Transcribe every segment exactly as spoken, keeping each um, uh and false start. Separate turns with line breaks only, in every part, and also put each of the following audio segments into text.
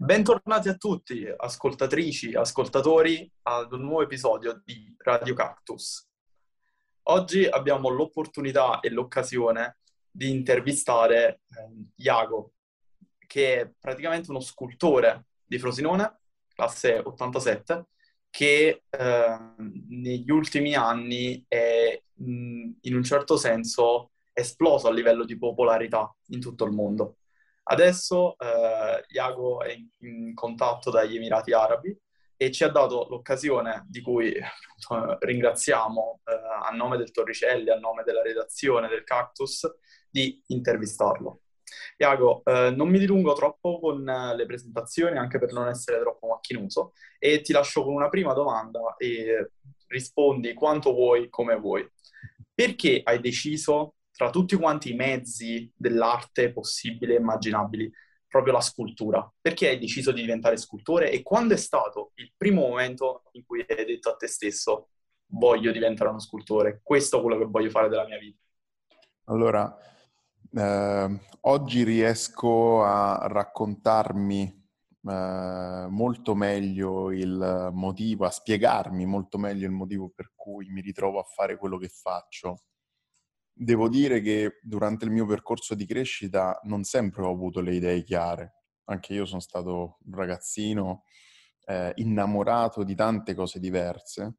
Bentornati a tutti, ascoltatrici, ascoltatori, ad un nuovo episodio di Radio Cactus. Oggi abbiamo l'opportunità e l'occasione di intervistare eh, Iago, che è praticamente uno scultore di Frosinone, classe ottantasette, che eh, negli ultimi anni è mh, in un certo senso esploso a livello di popolarità in tutto il mondo. Adesso eh, Iago è in, in contatto dagli Emirati Arabi e ci ha dato l'occasione di cui appunto, ringraziamo eh, a nome del Torricelli, a nome della redazione del Cactus, di intervistarlo. Iago, eh, non mi dilungo troppo con eh, le presentazioni, anche per non essere troppo macchinoso, e ti lascio con una prima domanda e rispondi quanto vuoi, come vuoi. Perché hai deciso, tra tutti quanti i mezzi dell'arte possibili e immaginabili, proprio la scultura? Perché hai deciso di diventare scultore e quando è stato il primo momento in cui hai detto a te stesso voglio diventare uno scultore, questo è quello che voglio fare della mia vita?
Allora, eh, oggi riesco a raccontarmi eh, molto meglio il motivo, a spiegarmi molto meglio il motivo per cui mi ritrovo a fare quello che faccio. Devo dire che durante il mio percorso di crescita non sempre ho avuto le idee chiare. Anche io sono stato un ragazzino eh, innamorato di tante cose diverse,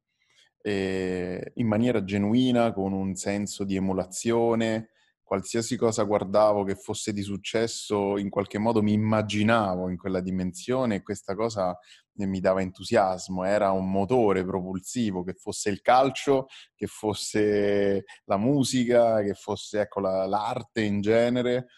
e in maniera genuina, con un senso di emulazione. Qualsiasi cosa guardavo che fosse di successo, in qualche modo mi immaginavo in quella dimensione e questa cosa mi dava entusiasmo, era un motore propulsivo, che fosse il calcio, che fosse la musica, che fosse ecco, la, l'arte in genere.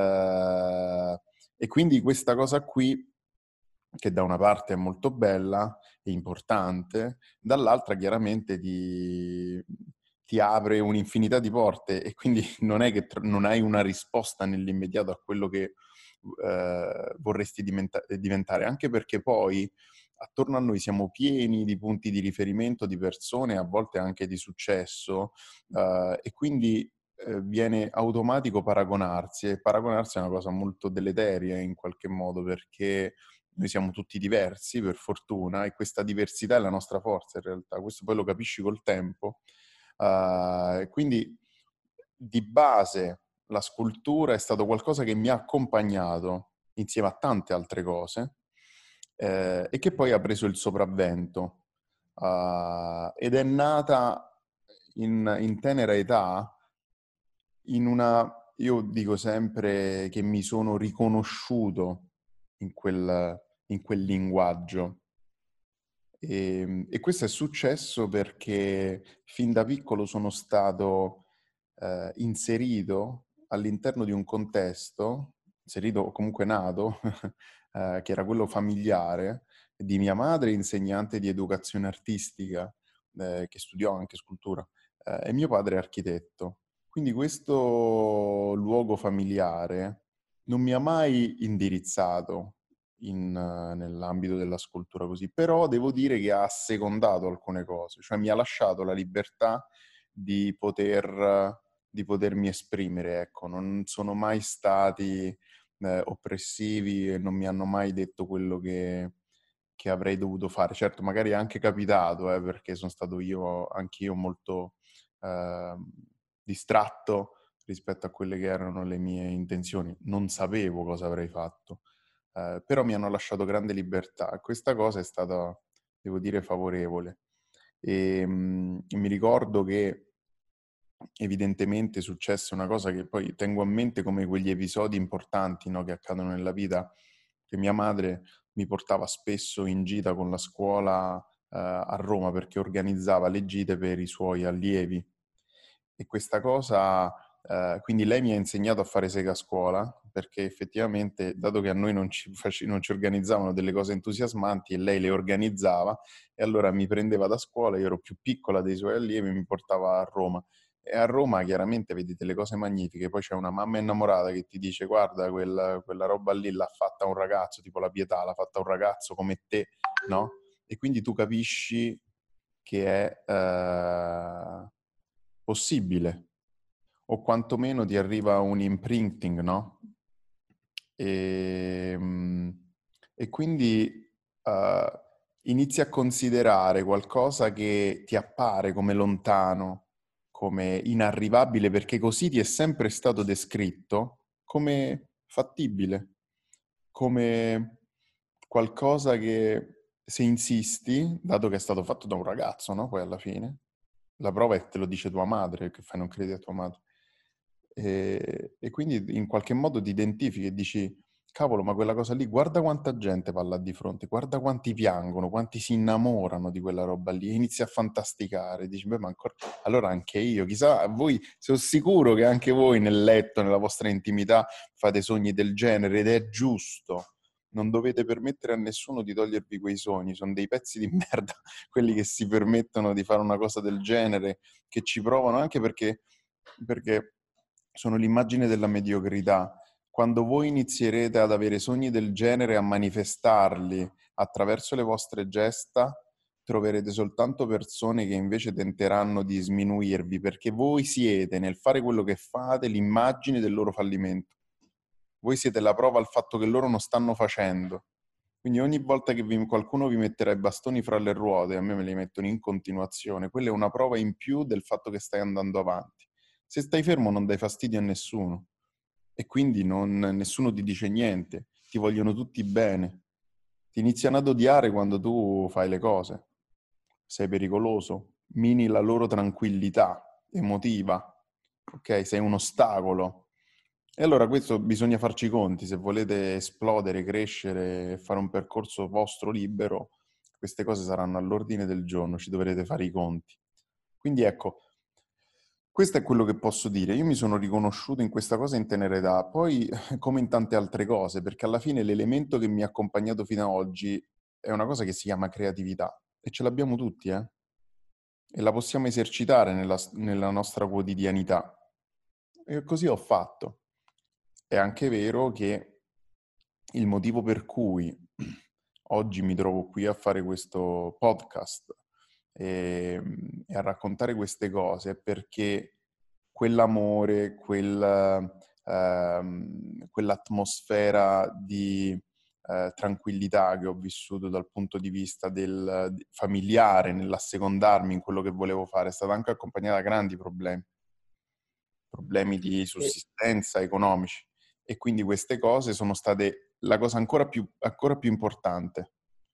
Eh, e quindi questa cosa qui, che da una parte è molto bella e importante, dall'altra chiaramente ti, ti apre un'infinità di porte e quindi non è che tr- non hai una risposta nell'immediato a quello che eh, vorresti diventa- diventare, anche perché poi attorno a noi siamo pieni di punti di riferimento, di persone, a volte anche di successo, eh, e quindi eh, viene automatico paragonarsi, e paragonarsi è una cosa molto deleteria in qualche modo, perché noi siamo tutti diversi, per fortuna, e questa diversità è la nostra forza in realtà. Questo poi lo capisci col tempo. Uh, quindi di base la scultura è stato qualcosa che mi ha accompagnato insieme a tante altre cose eh, e che poi ha preso il sopravvento. Uh, ed è nata in, in tenera età in una... Io dico sempre che mi sono riconosciuto in quel, in quel linguaggio. E, e questo è successo perché fin da piccolo sono stato eh, inserito all'interno di un contesto, inserito o comunque nato, eh, che era quello familiare, di mia madre, insegnante di educazione artistica, eh, che studiò anche scultura, eh, e mio padre architetto. Quindi questo luogo familiare non mi ha mai indirizzato in, eh, nell'ambito della scultura così, però devo dire che ha assecondato alcune cose, cioè mi ha lasciato la libertà di poter, di potermi esprimere, ecco, non sono mai stati eh, oppressivi e non mi hanno mai detto quello che, che avrei dovuto fare. Certo, magari è anche capitato, eh, perché sono stato io, anch'io molto eh, distratto rispetto a quelle che erano le mie intenzioni. Non sapevo cosa avrei fatto, eh, però mi hanno lasciato grande libertà e questa cosa è stata, devo dire, favorevole. E, mh, mi ricordo che evidentemente successe una cosa che poi tengo a mente come quegli episodi importanti, no, che accadono nella vita, che mia madre mi portava spesso in gita con la scuola eh, a Roma perché organizzava le gite per i suoi allievi. E questa cosa, eh, quindi lei mi ha insegnato a fare sega a scuola, perché effettivamente, dato che a noi non ci, face- non ci organizzavano delle cose entusiasmanti e lei le organizzava, e allora mi prendeva da scuola, io ero più piccola dei suoi allievi, e mi portava a Roma. E a Roma chiaramente vedi delle cose magnifiche, poi c'è una mamma innamorata che ti dice guarda quella, quella roba lì l'ha fatta un ragazzo, tipo la Pietà, l'ha fatta un ragazzo come te, no? E quindi tu capisci che è eh, possibile, o quantomeno ti arriva un imprinting, no? E, E quindi uh, inizi a considerare qualcosa che ti appare come lontano, come inarrivabile, perché così ti è sempre stato descritto, come fattibile, come qualcosa che se insisti, dato che è stato fatto da un ragazzo, no? Poi alla fine, la prova è che te lo dice tua madre, che fai non credi a tua madre. E, e quindi in qualche modo ti identifichi e dici, cavolo, ma quella cosa lì, guarda quanta gente va là di fronte, guarda quanti piangono, quanti si innamorano di quella roba lì, e inizi a fantasticare, dici, beh, ma ancora, allora anche io, chissà, voi, sono sicuro che anche voi nel letto, nella vostra intimità, fate sogni del genere ed è giusto. Non dovete permettere a nessuno di togliervi quei sogni, sono dei pezzi di merda quelli che si permettono di fare una cosa del genere, che ci provano anche perché, perché sono l'immagine della mediocrità. Quando voi inizierete ad avere sogni del genere, a manifestarli attraverso le vostre gesta, troverete soltanto persone che invece tenteranno di sminuirvi, perché voi siete, nel fare quello che fate, l'immagine del loro fallimento. Voi siete la prova al fatto che loro non stanno facendo. Quindi ogni volta che vi, qualcuno vi metterà i bastoni fra le ruote, a me me li mettono in continuazione, quella è una prova in più del fatto che stai andando avanti. Se stai fermo non dai fastidio a nessuno e quindi non, nessuno ti dice niente, ti vogliono tutti bene. Ti iniziano ad odiare quando tu fai le cose. Sei pericoloso, mini la loro tranquillità emotiva, ok? Sei un ostacolo. E allora questo bisogna farci i conti, se volete esplodere, crescere, fare un percorso vostro libero, queste cose saranno all'ordine del giorno, ci dovrete fare i conti. Quindi ecco, questo è quello che posso dire. Io mi sono riconosciuto in questa cosa in tenera età, poi come in tante altre cose, perché alla fine l'elemento che mi ha accompagnato fino ad oggi è una cosa che si chiama creatività e ce l'abbiamo tutti, eh? E la possiamo esercitare nella, nella nostra quotidianità. E così ho fatto. È anche vero che il motivo per cui oggi mi trovo qui a fare questo podcast e, e a raccontare queste cose è perché quell'amore, quel, ehm, quell'atmosfera di eh, tranquillità che ho vissuto dal punto di vista del di- familiare, nell'assecondarmi in quello che volevo fare, è stata anche accompagnata da grandi problemi, problemi di
E,
sussistenza economici. E quindi queste cose sono state la cosa ancora più, ancora più importante,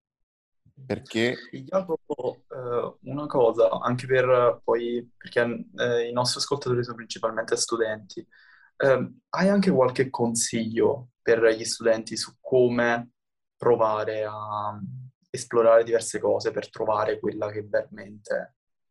perché
e Jacopo, eh, una cosa, anche per poi, perché eh, i nostri ascoltatori sono principalmente studenti, ehm, hai anche qualche consiglio per gli studenti su come provare a esplorare diverse cose per trovare quella che veramente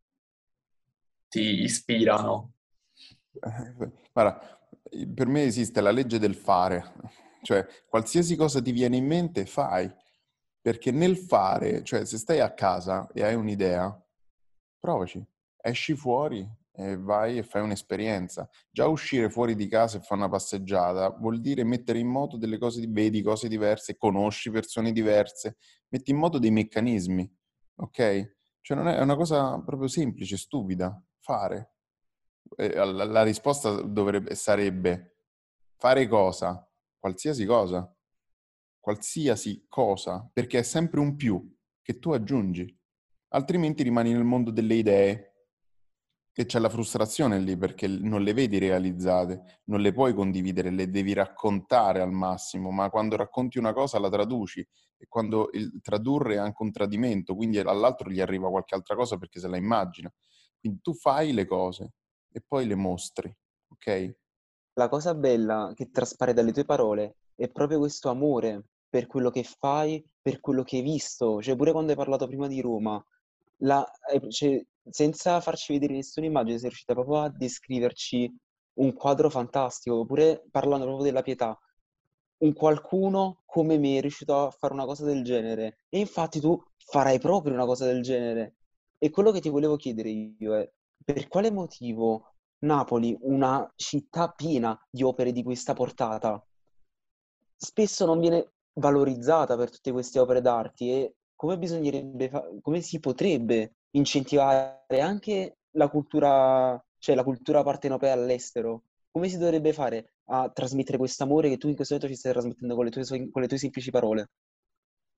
ti ispirano?
Eh, guarda, per me esiste la legge del fare, cioè qualsiasi cosa ti viene in mente fai, perché nel fare, cioè se stai a casa e hai un'idea, provaci, esci fuori e vai e fai un'esperienza. Già uscire fuori di casa e fare una passeggiata vuol dire mettere in moto delle cose, vedi cose diverse, conosci persone diverse, metti in moto dei meccanismi, ok? Cioè non è, è una cosa proprio semplice, stupida, fare. Eh, la, la risposta dovrebbe, sarebbe fare cosa? Qualsiasi cosa. Qualsiasi cosa, perché è sempre un più che tu aggiungi. Altrimenti rimani nel mondo delle idee e c'è la frustrazione lì perché non le vedi realizzate, non le puoi condividere, le devi raccontare al massimo, ma quando racconti una cosa la traduci e quando il tradurre è anche un tradimento, quindi all'altro gli arriva qualche altra cosa perché se la immagina. Quindi tu fai le cose e poi le mostri, ok?
La cosa bella che traspare dalle tue parole è proprio questo amore per quello che fai, per quello che hai visto. Cioè, pure quando hai parlato prima di Roma, la- eh, cioè, senza farci vedere nessuna immagine, sei riuscita proprio a descriverci un quadro fantastico, pure parlando proprio della pietà. Un qualcuno come me è riuscito a fare una cosa del genere. E infatti tu farai proprio una cosa del genere. E quello che ti volevo chiedere io è, per quale motivo Napoli, una città piena di opere di questa portata, spesso non viene valorizzata per tutte queste opere d'arte e come bisognerebbe fa- come si potrebbe incentivare anche la cultura, cioè la cultura partenopea all'estero? Come si dovrebbe fare a trasmettere questo amore che tu in questo momento ci stai trasmettendo con le tue, so- con le tue semplici parole?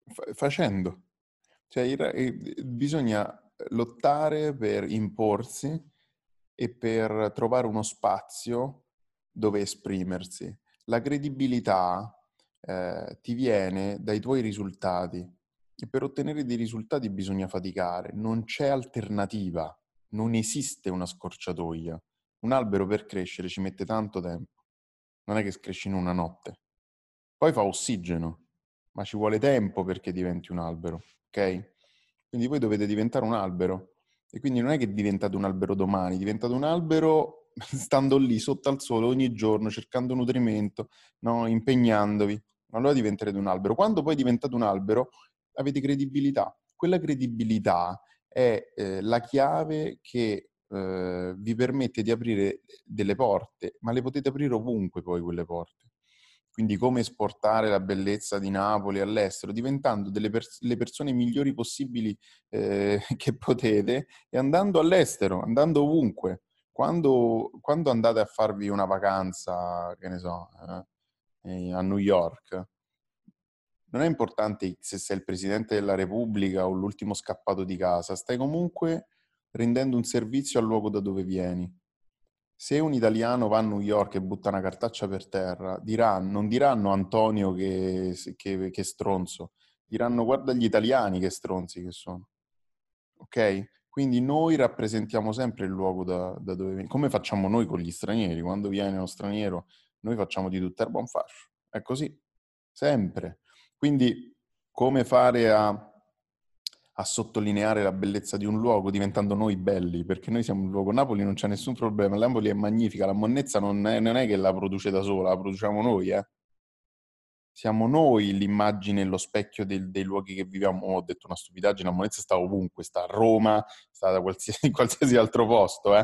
Fa- facendo. Cioè, il- il- bisogna lottare per imporsi e per trovare uno spazio dove esprimersi. La credibilità eh, ti viene dai tuoi risultati e per ottenere dei risultati bisogna faticare, non c'è alternativa, non esiste una scorciatoia. Un albero per crescere ci mette tanto tempo, non è che cresce in una notte. Poi fa ossigeno, ma ci vuole tempo perché diventi un albero, ok? Quindi voi dovete diventare un albero. E quindi non è che diventate un albero domani, diventate un albero stando lì sotto al sole ogni giorno, cercando nutrimento, no? Impegnandovi. Allora diventerete un albero. Quando poi diventate un albero, avete credibilità. Quella credibilità è eh, la chiave che eh, vi permette di aprire delle porte, ma le potete aprire ovunque poi quelle porte. Quindi come esportare la bellezza di Napoli all'estero, diventando delle pers- le persone migliori possibili eh, che potete e andando all'estero, andando ovunque. Quando, quando andate a farvi una vacanza, che ne so, eh, a New York, non è importante se sei il Presidente della Repubblica o l'ultimo scappato di casa, stai comunque rendendo un servizio al luogo da dove vieni. Se un italiano va a New York e butta una cartaccia per terra, diranno, non diranno Antonio che, che, che stronzo, diranno guarda gli italiani che stronzi che sono. Ok? Quindi noi rappresentiamo sempre il luogo da, da dove viene. Come facciamo noi con gli stranieri? Quando viene uno straniero, noi facciamo di tutto erba un fascio. È così, sempre. Quindi come fare a, a sottolineare la bellezza di un luogo diventando noi belli? Perché noi siamo un luogo. Napoli non c'è nessun problema, Napoli è magnifica, la monnezza non è, non è che la produce da sola, la produciamo noi, eh. Siamo noi l'immagine, lo specchio del, dei luoghi che viviamo. Oh, ho detto una stupidaggine, la Monezza sta ovunque, sta a Roma, sta da qualsiasi, in qualsiasi altro posto, eh.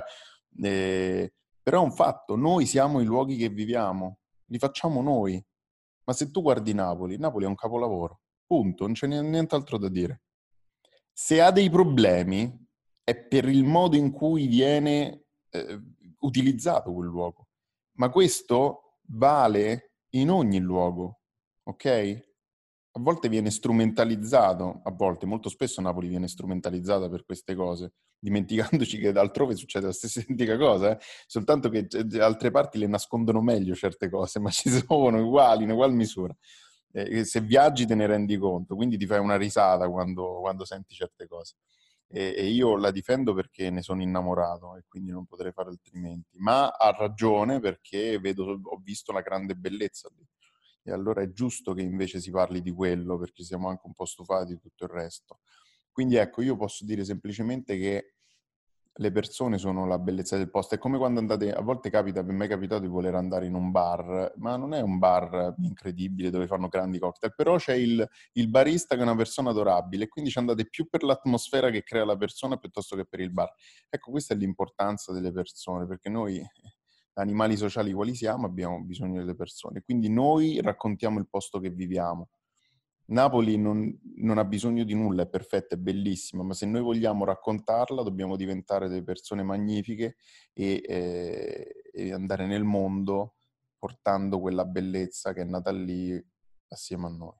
Eh, però è un fatto, noi siamo i luoghi che viviamo, li facciamo noi. Ma se tu guardi Napoli, Napoli è un capolavoro, punto, non c'è nient'altro da dire. Se ha dei problemi è per il modo in cui viene eh, utilizzato quel luogo. Ma questo vale in ogni luogo, ok? A volte viene strumentalizzato, a volte, molto spesso Napoli viene strumentalizzata per queste cose, dimenticandoci che altrove succede la stessa identica cosa, eh? Soltanto che altre parti le nascondono meglio certe cose, ma ci sono uguali, in ugual misura. Eh, se viaggi te ne rendi conto, quindi ti fai una risata quando, quando senti certe cose. E, e io la difendo perché ne sono innamorato e quindi non potrei fare altrimenti. Ma ha ragione perché vedo, ho visto la grande bellezza lì. E allora è giusto che invece si parli di quello, perché siamo anche un po' stufati di tutto il resto. Quindi ecco, io posso dire semplicemente che le persone sono la bellezza del posto. È come quando andate, a volte capita, per me è capitato di voler andare in un bar, ma non è un bar incredibile dove fanno grandi cocktail, però c'è il, il barista che è una persona adorabile e quindi ci andate più per l'atmosfera che crea la persona piuttosto che per il bar. Ecco, questa è l'importanza delle persone, perché noi animali sociali quali siamo abbiamo bisogno delle persone, quindi noi raccontiamo il posto che viviamo. Napoli non, non ha bisogno di nulla, è perfetta, è bellissima, ma se noi vogliamo raccontarla dobbiamo diventare delle persone magnifiche e, eh, e andare nel mondo portando quella bellezza che è nata lì assieme a noi.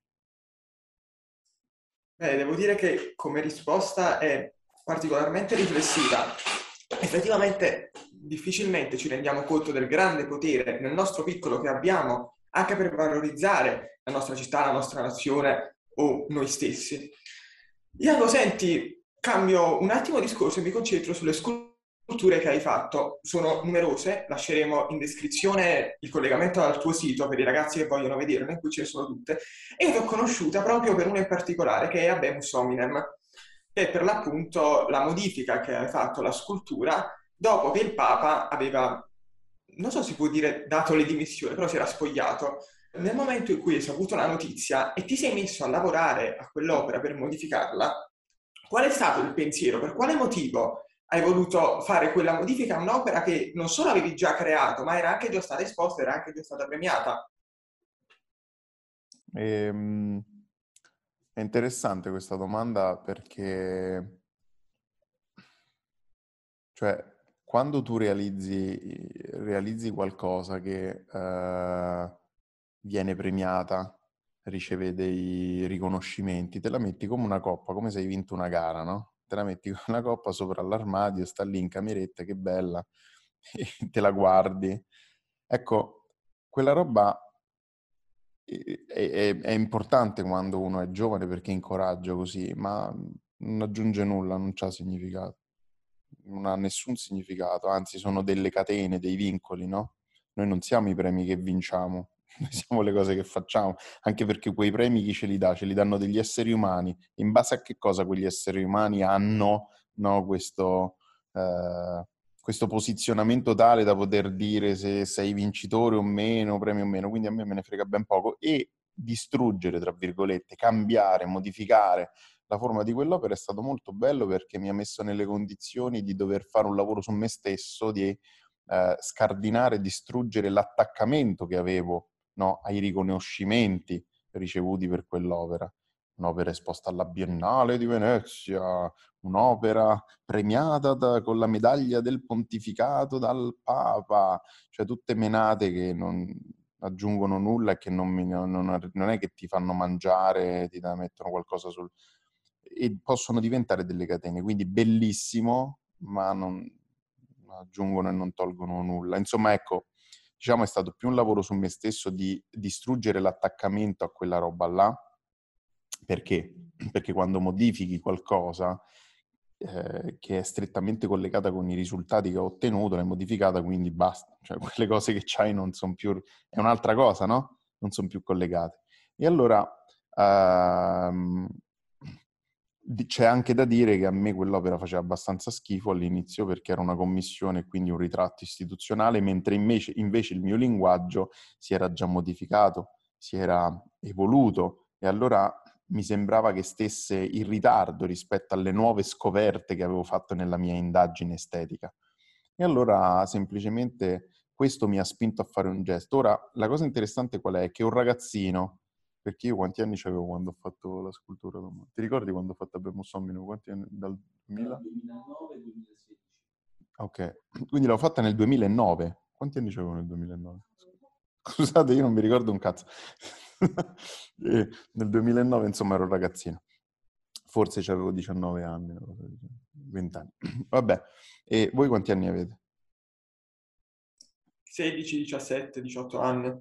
Beh, devo dire che come risposta è particolarmente riflessiva. Effettivamente difficilmente ci rendiamo conto del grande potere nel nostro piccolo che abbiamo anche per valorizzare la nostra città, la nostra nazione o noi stessi. Iago, senti, cambio un attimo discorso e mi concentro sulle sculture che hai fatto. Sono numerose, lasceremo in descrizione il collegamento al tuo sito per i ragazzi che vogliono vederle, in cui ce ne sono tutte. E io l'ho conosciuta proprio per una in particolare, che è Habemus Hominem, che è per l'appunto la modifica che hai fatto alla scultura dopo che il Papa aveva, non so se si può dire dato le dimissioni, però si era spogliato. Nel momento in cui hai saputo la notizia e ti sei messo a lavorare a quell'opera per modificarla, qual è stato il pensiero? Per quale motivo hai voluto fare quella modifica a un'opera che non solo avevi già creato, ma era anche già stata esposta, era anche già stata premiata?
Ehm, è interessante questa domanda perché, cioè, quando tu realizzi, realizzi qualcosa che eh, viene premiata, riceve dei riconoscimenti, te la metti come una coppa, come se hai vinto una gara, no? Te la metti come una coppa sopra l'armadio, sta lì in cameretta, che bella, e te la guardi. Ecco, quella roba è, è- è importante quando uno è giovane perché incoraggia così, ma non aggiunge nulla, non c'ha significato. Non ha nessun significato, anzi sono delle catene, dei vincoli, no? Noi non siamo i premi che vinciamo, noi siamo le cose che facciamo, anche perché quei premi chi ce li dà? Ce li danno degli esseri umani. In base a che cosa quegli esseri umani hanno, no, questo, eh, questo posizionamento tale da poter dire se sei vincitore o meno, premio o meno, quindi a me me ne frega ben poco. E distruggere, tra virgolette, cambiare, modificare la forma di quell'opera è stato molto bello perché mi ha messo nelle condizioni di dover fare un lavoro su me stesso, di eh, scardinare, distruggere l'attaccamento che avevo, no, ai riconoscimenti ricevuti per quell'opera. Un'opera esposta alla Biennale di Venezia, un'opera premiata da- con la medaglia del pontificato dal Papa, cioè tutte menate che non aggiungono nulla e che non, mi- non- non è che ti fanno mangiare, ti da- mettono qualcosa sul... e possono diventare delle catene, quindi bellissimo, ma non aggiungono e non tolgono nulla. Insomma, ecco, diciamo è stato più un lavoro su me stesso di distruggere l'attaccamento a quella roba là. Perché? Perché quando modifichi qualcosa eh, che è strettamente collegata con i risultati che ho ottenuto, l'hai modificata, quindi basta. Cioè, quelle cose che c'hai non sono più... è un'altra cosa, no? Non sono più collegate. E allora ehm, di- c'è anche da dire che a me quell'opera faceva abbastanza schifo all'inizio perché era una commissione e quindi un ritratto istituzionale, mentre invece, invece il mio linguaggio si era già modificato, si era evoluto e allora mi sembrava che stesse in ritardo rispetto alle nuove scoperte che avevo fatto nella mia indagine estetica. E allora semplicemente questo mi ha spinto a fare un gesto. Ora, la cosa interessante qual è? Che un ragazzino, perché io quanti anni avevo quando ho fatto la scultura? Ti ricordi quando ho fatto Abbiamo Somnino? Quanti anni? Dal duemila?
duemilanove duemilasedici.
Ok, quindi l'ho fatta nel duemilanove. Quanti anni avevo nel duemilanove? Scusate, io non mi ricordo un cazzo. E nel duemilanove, insomma, ero un ragazzino. Forse avevo diciannove anni, una cosa del genere, venti anni. Vabbè, e voi quanti anni avete?
sedici, diciassette, diciotto anni.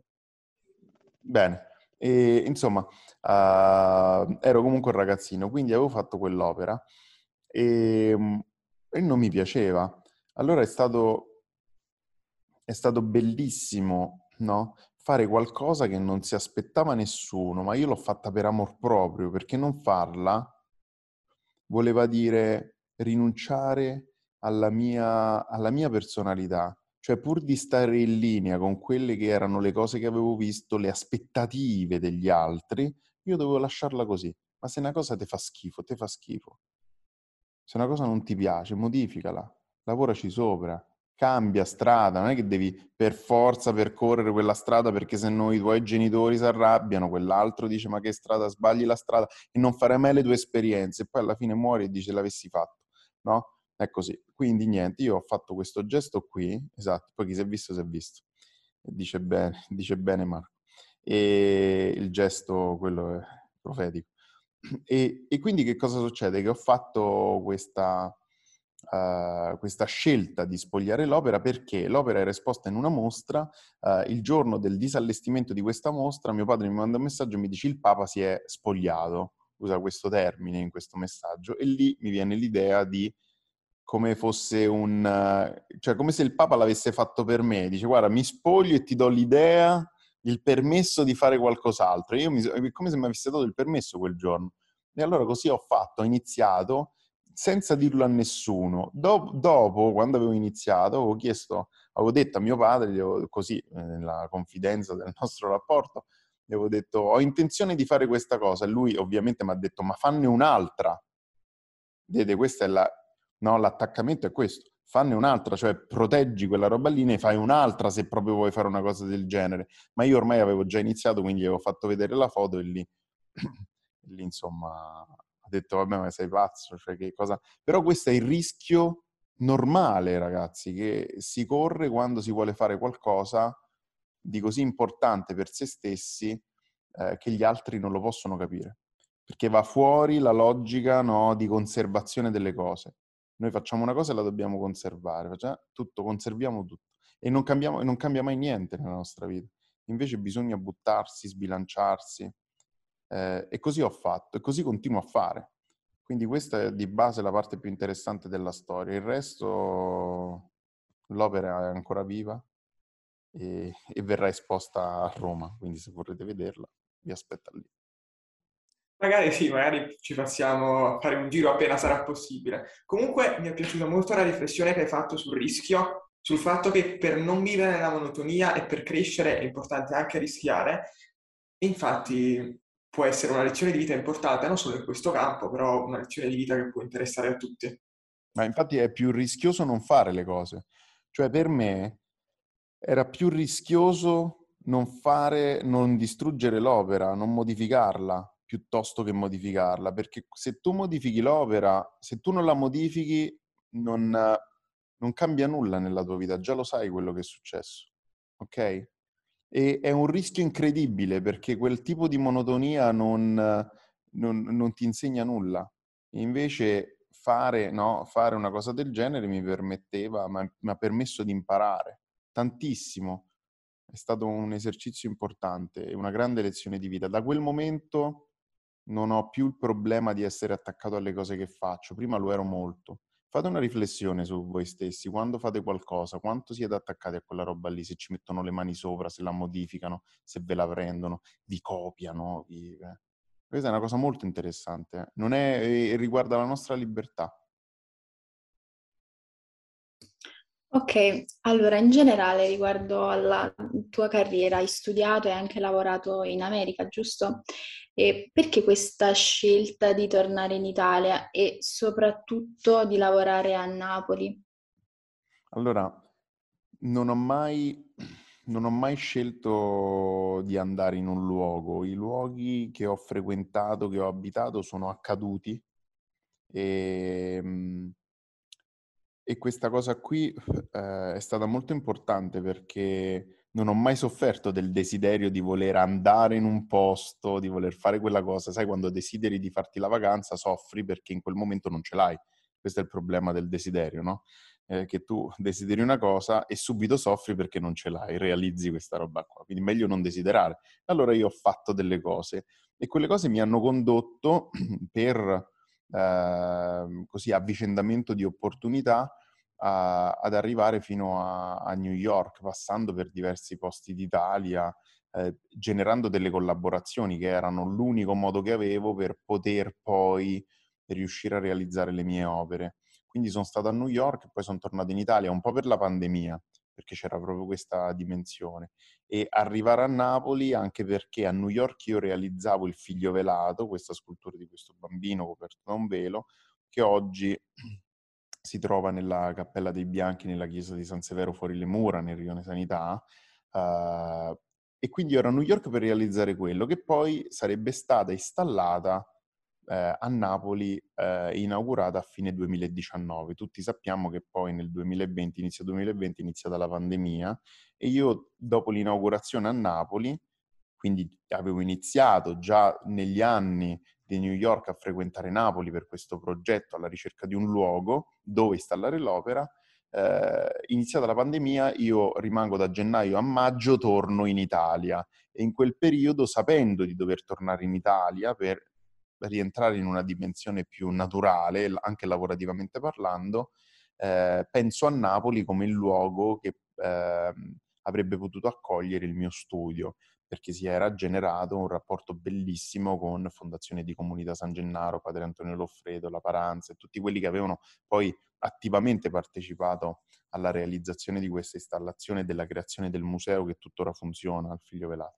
Bene, e, insomma, uh, ero comunque un ragazzino, quindi avevo fatto quell'opera e, e non mi piaceva. Allora è stato, è stato bellissimo, no? Fare qualcosa che non si aspettava nessuno, ma io l'ho fatta per amor proprio, perché non farla voleva dire rinunciare alla mia, alla mia personalità. Cioè, pur di stare in linea con quelle che erano le cose che avevo visto, le aspettative degli altri, io dovevo lasciarla così. Ma se una cosa ti fa schifo, ti fa schifo. Se una cosa non ti piace, modificala, lavoraci sopra, cambia strada, non è che devi per forza percorrere quella strada perché se no i tuoi genitori si arrabbiano, quell'altro dice ma che strada, sbagli la strada e non farai mai le tue esperienze e poi alla fine muori e dice l'avessi fatto, no? È così. Quindi niente, io ho fatto questo gesto qui, esatto, poi chi si è visto si è visto. Dice bene, dice bene Marco. E il gesto, quello è profetico. E, e quindi che cosa succede? Che ho fatto questa, uh, questa scelta di spogliare l'opera perché l'opera era esposta in una mostra. Uh, il giorno del disallestimento di questa mostra mio padre mi manda un messaggio e mi dice il Papa si è spogliato, usa questo termine in questo messaggio, e lì mi viene l'idea di come fosse un... Uh, cioè come se il Papa l'avesse fatto per me, dice guarda mi spoglio e ti do l'idea, il permesso di fare qualcos'altro. Io mi, è come se mi avesse dato il permesso quel giorno. E allora così ho fatto, ho iniziato senza dirlo a nessuno. Do- dopo, quando avevo iniziato, avevo chiesto, avevo detto a mio padre, gli avevo, così, eh, nella confidenza del nostro rapporto, gli avevo detto, ho intenzione di fare questa cosa. E lui ovviamente mi ha detto, ma fanne un'altra. Vedete, questa è la... No, l'attaccamento è questo. Fanne un'altra, cioè proteggi quella roba lì, ne fai un'altra se proprio vuoi fare una cosa del genere. Ma io ormai avevo già iniziato, quindi gli avevo fatto vedere la foto e lì, lì insomma, ho detto, vabbè, ma sei pazzo, cioè che cosa... Però questo è il rischio normale, ragazzi, che si corre quando si vuole fare qualcosa di così importante per se stessi eh, che gli altri non lo possono capire, perché va fuori la logica, no, di conservazione delle cose. Noi facciamo una cosa e la dobbiamo conservare, facciamo tutto, conserviamo tutto e non cambiamo, non cambia mai niente nella nostra vita. Invece bisogna buttarsi, sbilanciarsi, eh, e così ho fatto e così continuo a fare. Quindi questa è di base la parte più interessante della storia. Il resto, l'opera è ancora viva e, e verrà esposta a Roma, quindi se vorrete vederla vi aspetta lì.
Magari sì, magari ci passiamo a fare un giro appena sarà possibile. Comunque mi è piaciuta molto la riflessione che hai fatto sul rischio, sul fatto che per non vivere nella monotonia e per crescere è importante anche rischiare. E infatti può essere una lezione di vita importante, non solo in questo campo, però una lezione di vita che può interessare a tutti.
Ma infatti è più rischioso non fare le cose. Cioè per me era più rischioso non fare, non distruggere l'opera, non modificarla, piuttosto che modificarla. Perché se tu modifichi l'opera, se tu non la modifichi, non, non cambia nulla nella tua vita. Già lo sai quello che è successo. Ok? E è un rischio incredibile perché quel tipo di monotonia non, non, non ti insegna nulla. Invece fare, no, fare una cosa del genere mi permetteva, mi ha permesso di imparare tantissimo. È stato un esercizio importante e una grande lezione di vita. Da quel momento non ho più il problema di essere attaccato alle cose che faccio. Prima lo ero molto. Fate una riflessione su voi stessi, quando fate qualcosa, quanto siete attaccati a quella roba lì, se ci mettono le mani sopra, se la modificano, se ve la prendono, vi copiano. Vi... eh. Questa è una cosa molto interessante, eh. Non è, e riguarda la nostra libertà.
Ok, allora in generale riguardo alla tua carriera, hai studiato e anche lavorato in America, giusto? E perché questa scelta di tornare in Italia e soprattutto di lavorare a Napoli?
Allora, non ho mai, non ho mai scelto di andare in un luogo. I luoghi che ho frequentato, che ho abitato, sono accaduti e, e questa cosa qui eh, è stata molto importante perché non ho mai sofferto del desiderio di voler andare in un posto, di voler fare quella cosa. Sai, quando desideri di farti la vacanza, soffri perché in quel momento non ce l'hai. Questo è il problema del desiderio, no? Eh, che tu desideri una cosa e subito soffri perché non ce l'hai, realizzi questa roba qua. Quindi meglio non desiderare. Allora io ho fatto delle cose e quelle cose mi hanno condotto per eh, così avvicendamento di opportunità a, ad arrivare fino a, a New York, passando per diversi posti d'Italia, eh, generando delle collaborazioni che erano l'unico modo che avevo per poter poi riuscire a realizzare le mie opere. Quindi sono stato a New York e poi sono tornato in Italia un po' per la pandemia, perché c'era proprio questa dimensione. E arrivare a Napoli anche perché a New York io realizzavo il Figlio Velato, questa scultura di questo bambino coperto da un velo, che oggi si trova nella Cappella dei Bianchi, nella chiesa di San Severo fuori le mura, nel Rione Sanità. Uh, e quindi ero a New York per realizzare quello, che poi sarebbe stata installata eh, a Napoli, eh, inaugurata a fine duemiladiciannove. Tutti sappiamo che poi nel duemilaventi, inizio duemilaventi, è iniziata la pandemia e io dopo l'inaugurazione a Napoli, quindi avevo iniziato già negli anni di New York a frequentare Napoli per questo progetto alla ricerca di un luogo dove installare l'opera. Eh, iniziata la pandemia, io rimango da gennaio a maggio, torno in Italia e in quel periodo, sapendo di dover tornare in Italia per rientrare in una dimensione più naturale, anche lavorativamente parlando, eh, penso a Napoli come il luogo che eh, avrebbe potuto accogliere il mio studio, perché si era generato un rapporto bellissimo con Fondazione di Comunità San Gennaro, Padre Antonio Loffredo, La Paranza e tutti quelli che avevano poi attivamente partecipato alla realizzazione di questa installazione e della creazione del museo che tuttora funziona al Figlio Velato.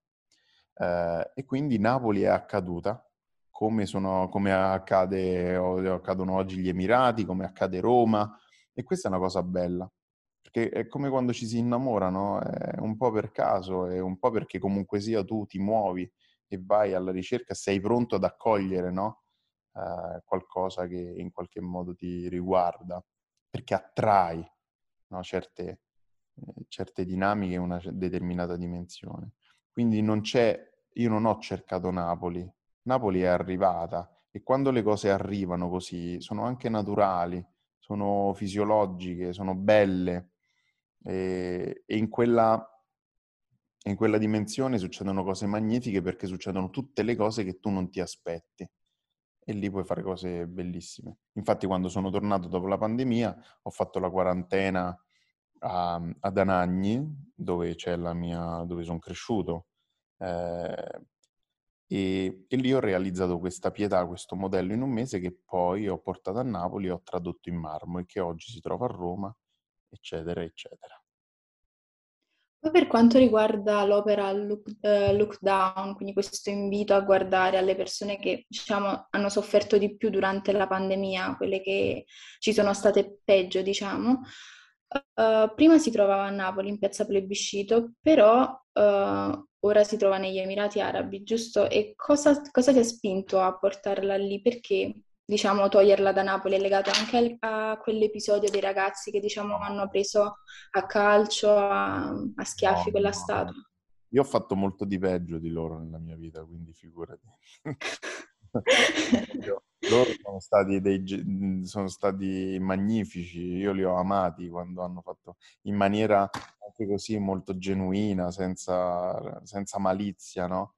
Eh, e quindi Napoli è accaduta, come, sono, come accade, accadono oggi gli Emirati, come accade Roma, e questa è una cosa bella. Perché è come quando ci si innamora, no? È un po' per caso, è un po' perché comunque sia tu ti muovi e vai alla ricerca, sei pronto ad accogliere, no? Eh, qualcosa che in qualche modo ti riguarda, perché attrai, no? Certe, eh, certe dinamiche e una determinata dimensione. Quindi non c'è io non ho cercato Napoli, Napoli è arrivata e quando le cose arrivano così sono anche naturali, sono fisiologiche, sono belle e, e in quella, in quella dimensione succedono cose magnifiche perché succedono tutte le cose che tu non ti aspetti e lì puoi fare cose bellissime. Infatti quando sono tornato dopo la pandemia ho fatto la quarantena a, ad Anagni, dove c'è la mia, dove sono cresciuto. Eh, e, e lì ho realizzato questa pietà, questo modello in un mese che poi ho portato a Napoli e ho tradotto in marmo e che oggi si trova a Roma, eccetera, eccetera.
Poi per quanto riguarda l'opera Look, eh, Look Down, quindi questo invito a guardare alle persone che, diciamo, hanno sofferto di più durante la pandemia, quelle che ci sono state peggio, diciamo, eh, prima si trovava a Napoli, in piazza Plebiscito, però eh, ora si trova negli Emirati Arabi, giusto? E cosa, cosa ti ha spinto a portarla lì? Perché, diciamo, toglierla da Napoli è legato anche al- a quell'episodio dei ragazzi che, diciamo, hanno preso a calcio, a, a
No,
schiaffi quella
no, no.
statua.
Io ho fatto molto di peggio di loro nella mia vita, quindi figurati. Io- loro sono stati, dei, ge- mh, sono stati magnifici, io li ho amati quando hanno fatto in maniera anche così molto genuina, senza, senza malizia, no?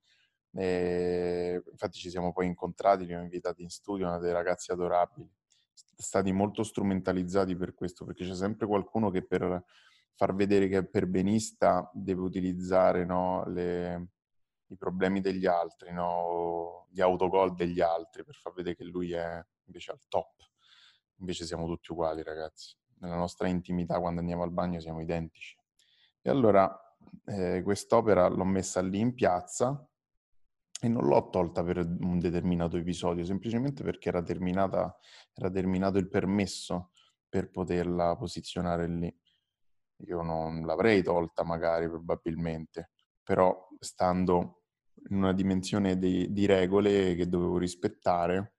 E infatti ci siamo poi incontrati, li ho invitati in studio, erano dei ragazzi adorabili, stati molto strumentalizzati per questo, perché c'è sempre qualcuno che per far vedere che è perbenista deve utilizzare, no, le, i problemi degli altri, no, gli autogol degli altri per far vedere che lui è invece al top. Invece siamo tutti uguali, ragazzi. Nella nostra intimità, quando andiamo al bagno, siamo identici. E allora eh, quest'opera l'ho messa lì in piazza e non l'ho tolta per un determinato episodio, semplicemente perché era terminata, era terminato il permesso per poterla posizionare lì. Io non l'avrei tolta magari, probabilmente, però stando in una dimensione di, di regole che dovevo rispettare,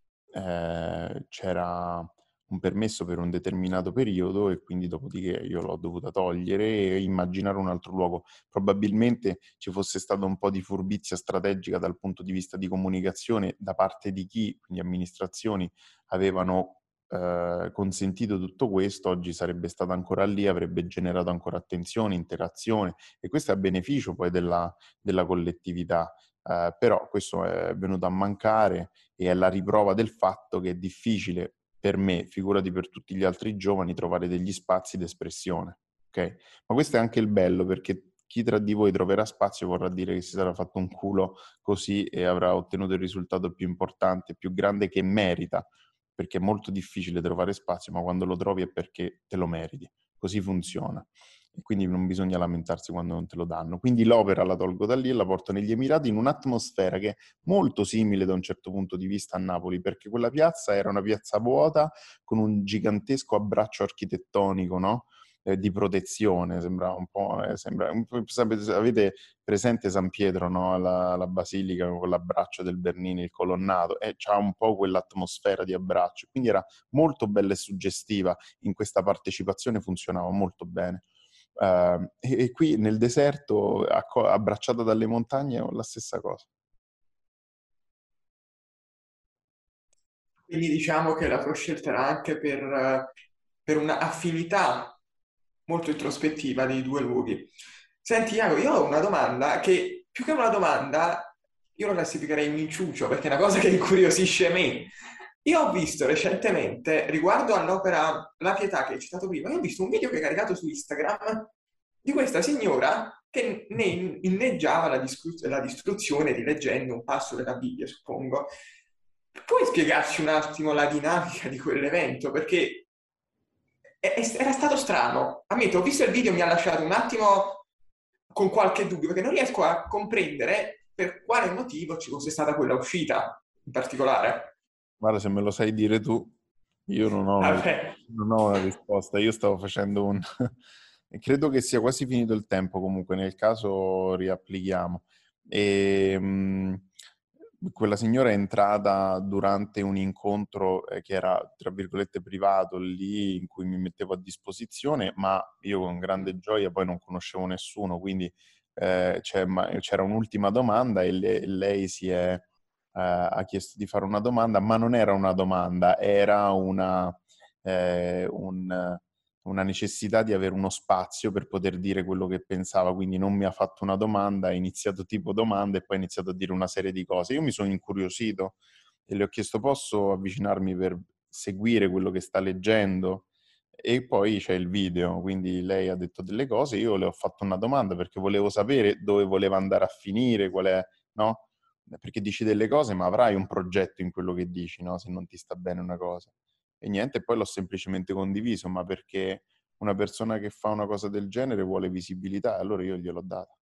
eh, c'era un permesso per un determinato periodo e quindi dopodiché io l'ho dovuta togliere e immaginare un altro luogo. Probabilmente ci fosse stata un po' di furbizia strategica dal punto di vista di comunicazione da parte di chi, quindi amministrazioni, avevano eh, consentito tutto questo, oggi sarebbe stata ancora lì, avrebbe generato ancora attenzione, interazione e questo è a beneficio poi della, della collettività. Eh, però questo è venuto a mancare e è la riprova del fatto che è difficile per me, figurati per tutti gli altri giovani, trovare degli spazi d'espressione, ok? Ma questo è anche il bello, perché chi tra di voi troverà spazio vorrà dire che si sarà fatto un culo così e avrà ottenuto il risultato più importante, più grande che merita, perché è molto difficile trovare spazio, ma quando lo trovi è perché te lo meriti. Così funziona. E quindi non bisogna lamentarsi quando non te lo danno. Quindi l'opera la tolgo da lì e la porto negli Emirati in un'atmosfera che è molto simile da un certo punto di vista a Napoli, perché quella piazza era una piazza vuota con un gigantesco abbraccio architettonico, no? Eh, di protezione, sembra un po', eh, sembra, un po', sapete, avete presente San Pietro, no? La, la basilica con l'abbraccio del Bernini, il colonnato, e c'ha un po' quell'atmosfera di abbraccio, quindi era molto bella e suggestiva, in questa partecipazione funzionava molto bene. Uh, e, e qui nel deserto, acco- abbracciata dalle montagne, ho la stessa cosa.
Quindi diciamo che la tua scelta era anche per, eh, per una affinità molto introspettiva dei due luoghi. Senti, Iago, io ho una domanda che più che una domanda, io lo classificherei in un inciucio, perché è una cosa che incuriosisce me. Io ho visto recentemente, riguardo all'opera La Pietà che hai citato prima, io ho visto un video che hai caricato su Instagram di questa signora che ne inneggiava la, discru- la distruzione rileggendo un passo della Bibbia, suppongo. Puoi spiegarci un attimo la dinamica di quell'evento? Perché è- è- era stato strano. Ammetto, ho visto il video, mi ha lasciato un attimo con qualche dubbio, perché non riesco a comprendere per quale motivo ci fosse stata quella uscita in particolare.
Guarda, se me lo sai dire tu, io non ho una,
Vabbè.
non ho una risposta. Io stavo facendo un... e credo che sia quasi finito il tempo comunque, nel caso riapplichiamo. E, mh, quella signora è entrata durante un incontro eh, che era, tra virgolette, privato, lì in cui mi mettevo a disposizione, ma io con grande gioia poi non conoscevo nessuno, quindi eh, c'è, ma, c'era un'ultima domanda e le, lei si è, eh, ha chiesto di fare una domanda, ma non era una domanda, era una, eh, un, una necessità di avere uno spazio per poter dire quello che pensava, quindi non mi ha fatto una domanda, ha iniziato tipo domanda e poi ha iniziato a dire una serie di cose. Io mi sono incuriosito e le ho chiesto: posso avvicinarmi per seguire quello che sta leggendo? E poi c'è il video, quindi lei ha detto delle cose, io le ho fatto una domanda perché volevo sapere dove voleva andare a finire, qual è, no? Perché dici delle cose, ma avrai un progetto in quello che dici, no? Se non ti sta bene una cosa. E niente, poi l'ho semplicemente condiviso, ma perché una persona che fa una cosa del genere vuole visibilità, allora io gliel'ho data.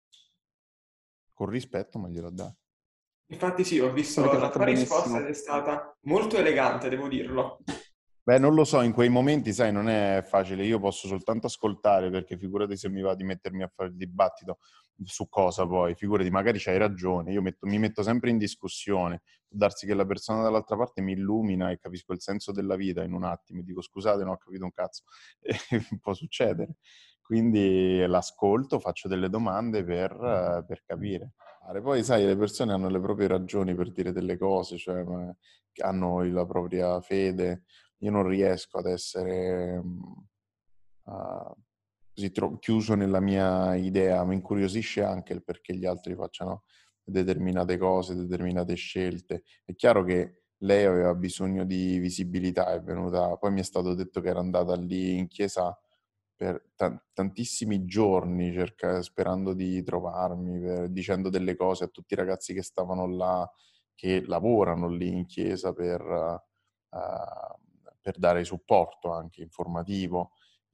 Con rispetto, ma gliel'ho data.
Infatti sì, ho visto
Avete
la
fatto
tua risposta
benissimo.
ed è stata molto elegante, devo dirlo.
Beh, non lo so, in quei momenti, sai, non è facile. Io posso soltanto ascoltare, perché figurati se mi va di mettermi a fare il dibattito su cosa poi. Figurati, magari c'hai ragione, io metto- mi metto sempre in discussione. Può darsi che la persona dall'altra parte mi illumina e capisco il senso della vita in un attimo. E dico: scusate, non ho capito un cazzo. E può succedere. Quindi l'ascolto, faccio delle domande per, eh, per capire. Poi, sai, le persone hanno le proprie ragioni per dire delle cose, cioè ma- hanno la propria fede. Io non riesco ad essere mh, uh, così tro- chiuso nella mia idea, mi incuriosisce anche il perché gli altri facciano determinate cose, determinate scelte. È chiaro che lei aveva bisogno di visibilità, è venuta, poi mi è stato detto che era andata lì in chiesa per ta- tantissimi giorni cerca- sperando di trovarmi, per- dicendo delle cose a tutti i ragazzi che stavano là, che lavorano lì in chiesa per... uh, per dare supporto anche informativo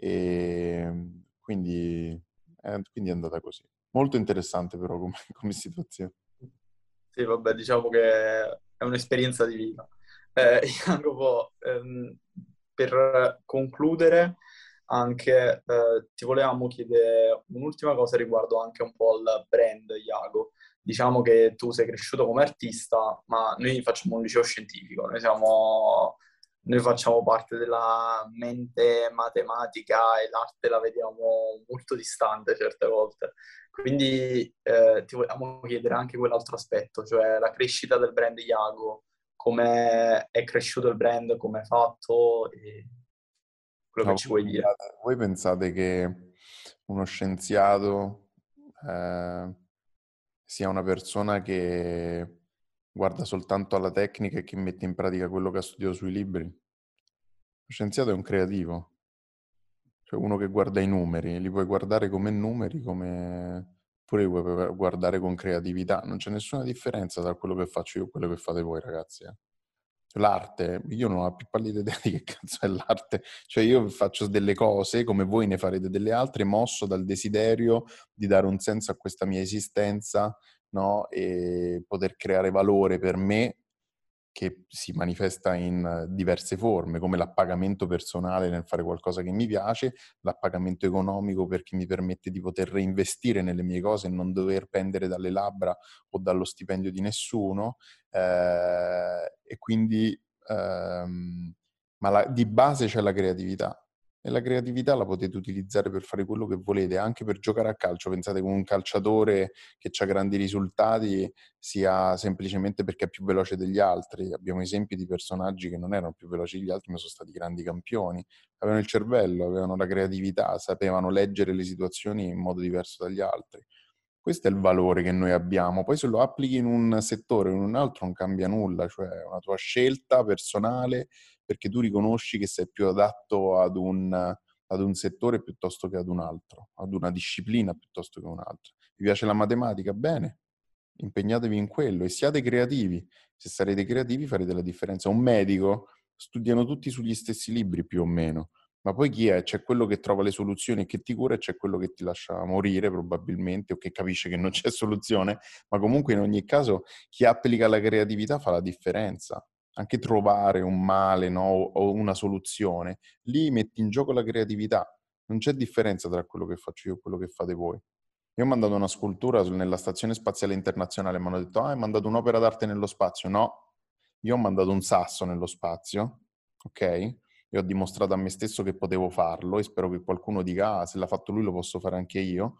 e quindi, eh, quindi è andata così. Molto interessante però come, come situazione.
Sì, vabbè, diciamo che è un'esperienza di vita. Eh, Jacopo, ehm, per concludere, anche eh, ti volevamo chiedere un'ultima cosa riguardo anche un po' il brand, Iago. Diciamo che tu sei cresciuto come artista, ma noi facciamo un liceo scientifico, noi siamo, noi facciamo parte della mente matematica e l'arte la vediamo molto distante certe volte. Quindi eh, ti vogliamo chiedere anche quell'altro aspetto, cioè la crescita del brand Iago, come è cresciuto il brand, come è fatto e quello
No,
che ci
voi
vuoi dire.
pensate, voi pensate che uno scienziato eh, sia una persona che guarda soltanto alla tecnica e che mette in pratica quello che ha studiato sui libri? Lo scienziato è un creativo. Cioè uno che guarda i numeri, li puoi guardare come numeri, come... oppure li puoi guardare con creatività. Non c'è nessuna differenza tra quello che faccio io e quello che fate voi, ragazzi. eh. L'arte, io non ho la più pallida idea di che cazzo è l'arte. Cioè io faccio delle cose come voi ne farete delle altre, mosso dal desiderio di dare un senso a questa mia esistenza, no? E poter creare valore per me che si manifesta in diverse forme, come l'appagamento personale nel fare qualcosa che mi piace, l'appagamento economico perché mi permette di poter reinvestire nelle mie cose e non dover pendere dalle labbra o dallo stipendio di nessuno, eh, e quindi ehm, ma la, di base c'è la creatività. E la creatività la potete utilizzare per fare quello che volete, anche per giocare a calcio. Pensate che un calciatore che ha grandi risultati sia semplicemente perché è più veloce degli altri. Abbiamo esempi di personaggi che non erano più veloci degli altri, ma sono stati grandi campioni. Avevano il cervello, avevano la creatività, sapevano leggere le situazioni in modo diverso dagli altri. Questo è il valore che noi abbiamo. Poi se lo applichi in un settore o in un altro non cambia nulla, cioè è una tua scelta personale perché tu riconosci che sei più adatto ad un, ad un settore piuttosto che ad un altro, ad una disciplina piuttosto che un'altra. Vi piace la matematica? Bene, impegnatevi in quello e siate creativi. Se sarete creativi farete la differenza. Un medico, studiano tutti sugli stessi libri più o meno, ma poi chi è? C'è quello che trova le soluzioni e che ti cura e c'è quello che ti lascia morire probabilmente o che capisce che non c'è soluzione, ma comunque in ogni caso chi applica la creatività fa la differenza. Anche trovare un male, no? O una soluzione, lì metti in gioco la creatività. Non c'è differenza tra quello che faccio io e quello che fate voi. Io ho mandato una scultura nella Stazione Spaziale Internazionale, mi hanno detto: ah, hai mandato un'opera d'arte nello spazio. No, io ho mandato un sasso nello spazio, ok? E ho dimostrato a me stesso che potevo farlo e spero che qualcuno dica: ah, se l'ha fatto lui lo posso fare anche io.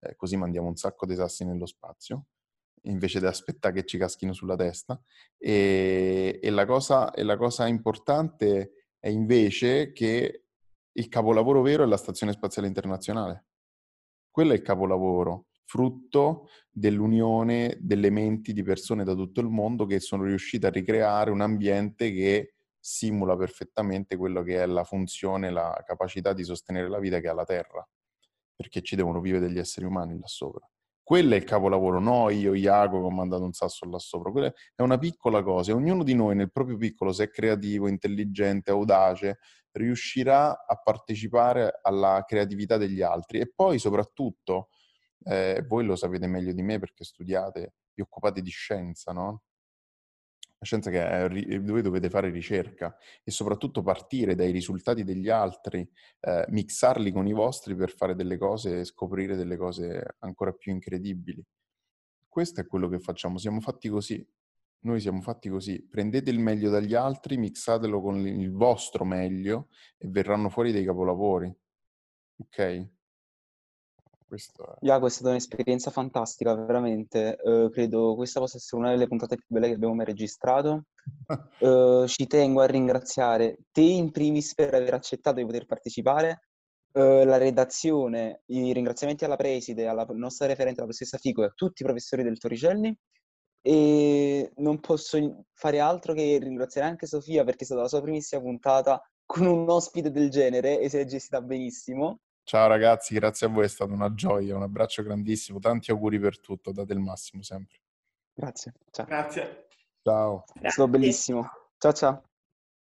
eh, così mandiamo un sacco di sassi nello spazio, invece di aspettare che ci caschino sulla testa. E, e, la cosa, e la cosa importante è invece che il capolavoro vero è la Stazione Spaziale Internazionale. Quello è il capolavoro, frutto dell'unione delle menti di persone da tutto il mondo che sono riuscite a ricreare un ambiente che simula perfettamente quello che è la funzione, la capacità di sostenere la vita che ha la Terra, perché ci devono vivere degli esseri umani là sopra. Quello è il capolavoro, no io, Iaco, che ho mandato un sasso là sopra. Quella è una piccola cosa e ognuno di noi nel proprio piccolo, se è creativo, intelligente, audace, riuscirà a partecipare alla creatività degli altri. E poi soprattutto, eh, voi lo sapete meglio di me perché studiate, vi occupate di scienza, no? La scienza che è, voi dovete fare ricerca e soprattutto partire dai risultati degli altri, eh, mixarli con i vostri per fare delle cose e scoprire delle cose ancora più incredibili. Questo è quello che facciamo, siamo fatti così. Noi siamo fatti così. Prendete il meglio dagli altri, mixatelo con il vostro meglio e verranno fuori dei capolavori. Ok? Questo è...
Iago, è stata un'esperienza fantastica, veramente. Eh, credo questa possa essere una delle puntate più belle che abbiamo mai registrato. Eh, ci tengo a ringraziare te in primis per aver accettato di poter partecipare, eh, la redazione, i ringraziamenti alla preside, alla nostra referente, la professoressa Fico e a tutti i professori del Torricelli. E non posso fare altro che ringraziare anche Sofia perché è stata la sua primissima puntata con un ospite del genere e si è gestita benissimo.
Ciao ragazzi, grazie a voi, è stata una gioia, un abbraccio grandissimo, tanti auguri per tutto, date il massimo sempre.
Grazie. Ciao.
Grazie.
Ciao.
È stato bellissimo. Ciao ciao.